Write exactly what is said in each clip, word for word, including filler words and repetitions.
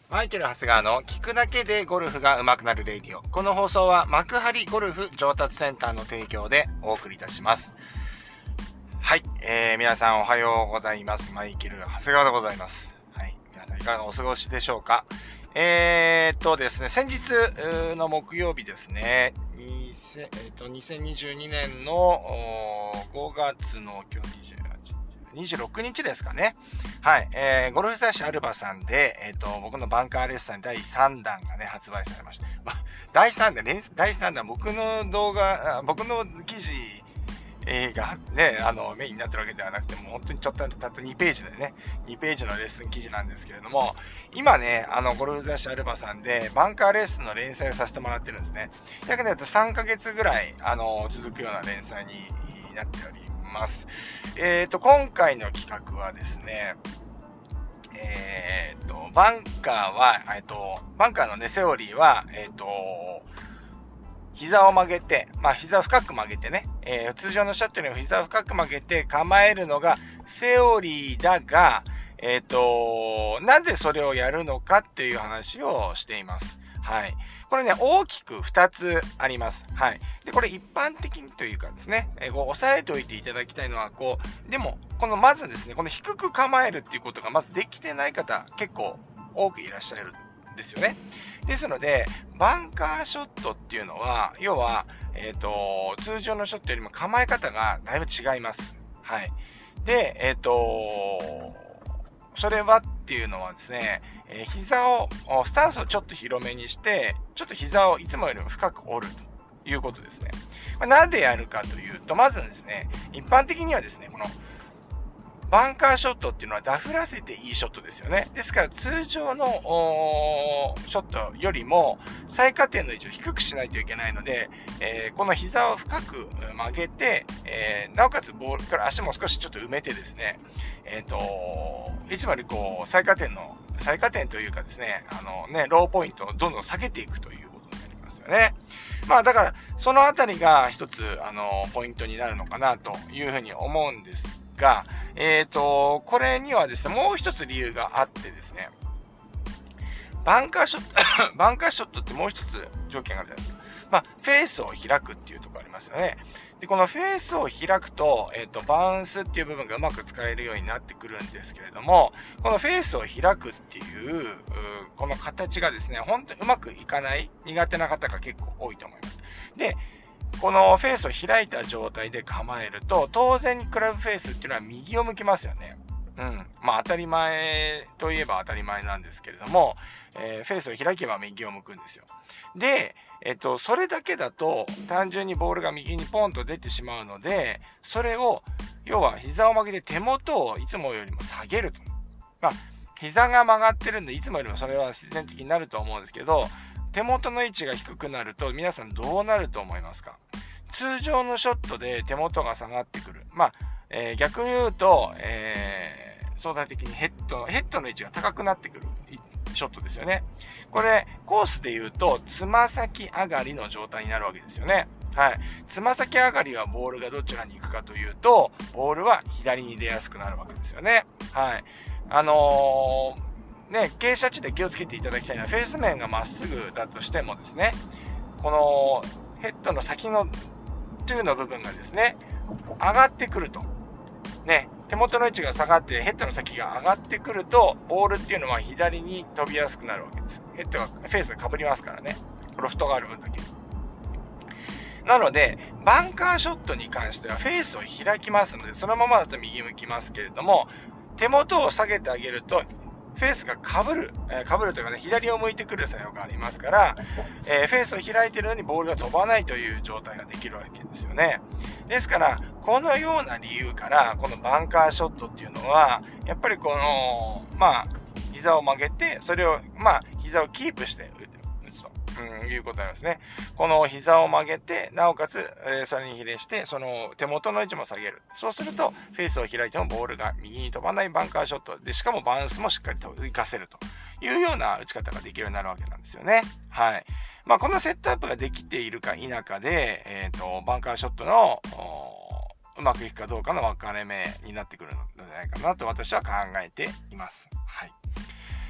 マイケル・長谷川の聞くだけでゴルフが上手くなるレディオ。この放送は幕張ゴルフ上達センターの提供でお送りいたします。はい、えー、皆さんおはようございます。マイケル・長谷川でございます。はい、皆さんいかがお過ごしでしょうか。えーっとですね、先日の木曜日ですね、にせんえー、っとにせんにじゅうにねんのごがつの今日にじゅうろくにちですかね。はい。えー、ゴルフ雑誌アルバさんで、えっ、ー、と、僕のバンカーレッスンだいさんだんがね、発売されました。ま、だいさんだん、だいさんだん、僕の動画、僕の記事、えー、がね、あの、メインになってるわけではなくて、もう本当にちょっとたったにページでね、にページのレッスン記事なんですけれども、今ね、あの、ゴルフ雑誌アルバさんで、バンカーレッスンの連載をさせてもらってるんですね。約ね、さんかげつぐらい、あの、続くような連載になっております。えっと、今回の企画はですね、えっと、バンカーは、えっと、バンカーのね、セオリーは、えっと、膝を曲げて、まあ、膝を深く曲げてね、えー、通常のショットよりも膝を深く曲げて構えるのがセオリーだが、えっと、なんでそれをやるのかっていう話をしています。はい。これね、大きくふたつあります。はい。で、これ一般的にというかですね、えー、こう押さえておいていただきたいのは、こう、でも、このまずですね、この低く構えるっていうことがまずできてない方、結構多くいらっしゃるんですよね。ですので、バンカーショットっていうのは、要は、えっと、通常のショットよりも構え方がだいぶ違います。はい。で、えっと、それはっていうのはですね、えー、膝を、スタンスをちょっと広めにして、ちょっと膝をいつもよりも深く折るということですね。まあ、なんでやるかというと、まずですね、一般的にはですね、この、バンカーショットっていうのはダフらせていいショットですよね。ですから通常のショットよりも最下点の位置を低くしないといけないので、えー、この膝を深く曲げて、えー、なおかつボールから足も少しちょっと埋めてですね、えっと、いつもよりこう最下点の、最下点というかですね、あのね、ローポイントをどんどん下げていくということになりますよね。まあだからそのあたりが一つあのポイントになるのかなというふうに思うんですが、えっと、これにはですね、もう一つ理由があってですね、バンカーショット、バンカーショットってもう一つ条件があるじゃないですか。まあ、フェースを開くっていうところありますよね。で、このフェースを開くと、えっと、バウンスっていう部分がうまく使えるようになってくるんですけれども、このフェースを開くっていう、うこの形がですね、本当にうまくいかない、苦手な方が結構多いと思います。で、このフェースを開いた状態で構えると、当然にクラブフェースっていうのは右を向きますよね。うん。まあ当たり前といえば当たり前なんですけれども、えー、フェースを開けば右を向くんですよ。で、えっと、それだけだと単純にボールが右にポンと出てしまうので、それを、要は膝を曲げて手元をいつもよりも下げると。まあ、膝が曲がってるんで、いつもよりもそれは自然的になると思うんですけど、手元の位置が低くなると皆さんどうなると思いますか？通常のショットで手元が下がってくる。まあ、えー、逆に言うと、えー、相対的にヘッド、ヘッドの位置が高くなってくるショットですよね。これ、コースで言うと、つま先上がりの状態になるわけですよね。はい。つま先上がりはボールがどちらに行くかというと、ボールは左に出やすくなるわけですよね。はい。あのー、ね、傾斜地で気をつけていただきたいのは、フェース面がまっすぐだとしてもですね、このヘッドの先のトゥーの部分がですね、上がってくると。ね、手元の位置が下がってヘッドの先が上がってくると、ボールっていうのは左に飛びやすくなるわけです。ヘッドが、フェースが被りますからね。ロフトがある分だけ。なので、バンカーショットに関してはフェースを開きますので、そのままだと右向きますけれども、手元を下げてあげると、フェースが被る、えー、被るというかね、左を向いてくる作用がありますから、えー、フェースを開いているのにボールが飛ばないという状態ができるわけですよね。ですから、このような理由から、このバンカーショットっていうのは、やっぱりこの、まあ、膝を曲げて、それを、まあ、膝をキープして打つと、うん、いうことになりますね。この膝を曲げて、なおかつ、えー、それに比例して、その手元の位置も下げる。そうすると、フェースを開いてもボールが右に飛ばないバンカーショットで、しかもバウンスもしっかりと活かせるというような打ち方ができるようになるわけなんですよね。はい。まあ、このセットアップができているか否かで、えっと、バンカーショットの、うまくいくかどうかの分かれ目になってくるのではないかなと私は考えています。はい。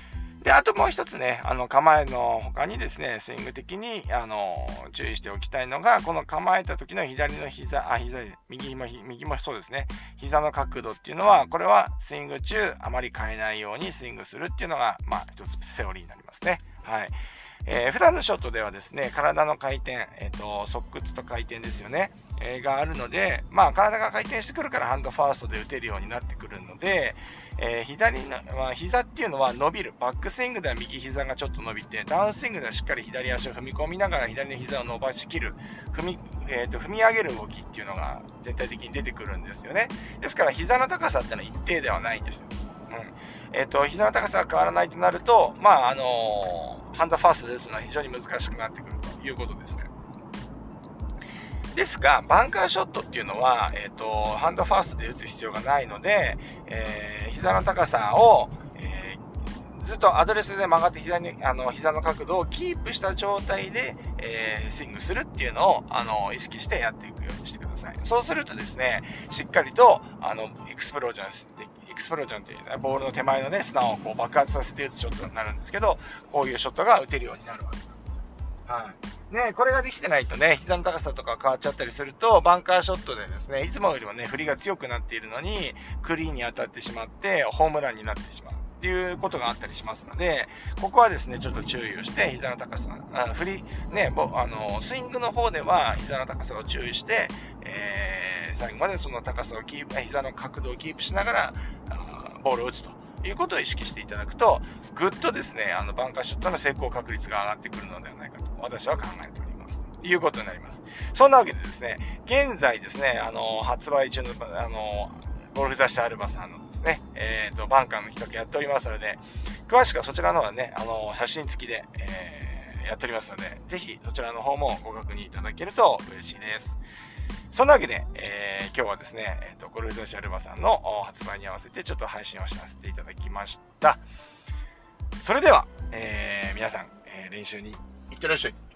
で、あともう一つね、あの、構えの他にですね、スイング的に、あの、注意しておきたいのが、この構えた時の左の膝、あ、膝、右も、右もそうですね、膝の角度っていうのは、これはスイング中、あまり変えないようにスイングするっていうのが、まあ、一つセオリーになりますね。はい。えー、普段のショットではですね、体の回転、えっと、側屈と回転ですよね、えー、があるので、まあ、体が回転してくるからハンドファーストで打てるようになってくるので、えー、左の、まあ、膝っていうのは伸びる。バックスイングでは右膝がちょっと伸びて、ダウンスイングではしっかり左足を踏み込みながら左の膝を伸ばしきる、踏み、えーと、踏み上げる動きっていうのが全体的に出てくるんですよね。ですから膝の高さってのは一定ではないんですよ。うん。えっと、膝の高さが変わらないとなると、まあ、あのー、ハンドファーストで打つのは非常に難しくなってくるということですね。ですが、バンカーショットっていうのは、えっと、ハンドファーストで打つ必要がないので、えー、膝の高さを、えー、ずっとアドレスで曲がって膝に、あの、膝の角度をキープした状態で、えー、スイングするっていうのを、あの、意識してやっていくようにしてください。そうするとですね、しっかりと、あの、エクスプロージョンエクスプロージョンという、ね、ボールの手前のね、砂をこう爆発させて打つショットになるんですけど、こういうショットが打てるようになるわけです。はい。ね、これができてないとね、膝の高さとか変わっちゃったりすると、バンカーショットでですね、いつもよりもね、振りが強くなっているのに、クリーンに当たってしまって、ホームランになってしまうっていうことがあったりしますので、ここはですね、ちょっと注意をして、膝の高さ、あ振り、ね、あの、スイングの方では、膝の高さを注意して、えー、最後までその高さをキープ、膝の角度をキープしながら、ボールを打つということを意識していただくと、ぐっとですね、あの、バンカーショットの成功確率が上がってくるのではないかと、私は考えております。ということになります。そんなわけでですね、現在ですね、あの、発売中の、あの、ゴルフダッシュアルバさんのですね、えっと、バンカーの企画やっておりますので、詳しくはそちらの方はね、あの、写真付きで、えー、やっておりますので、ぜひそちらの方もご確認いただけると嬉しいです。そんなわけで、えー、今日はですね、えっと、ゴルフダッシュアルバさんの発売に合わせてちょっと配信をさせていただきました。それでは、えー、皆さん、えー、練習に行ってらっしゃい。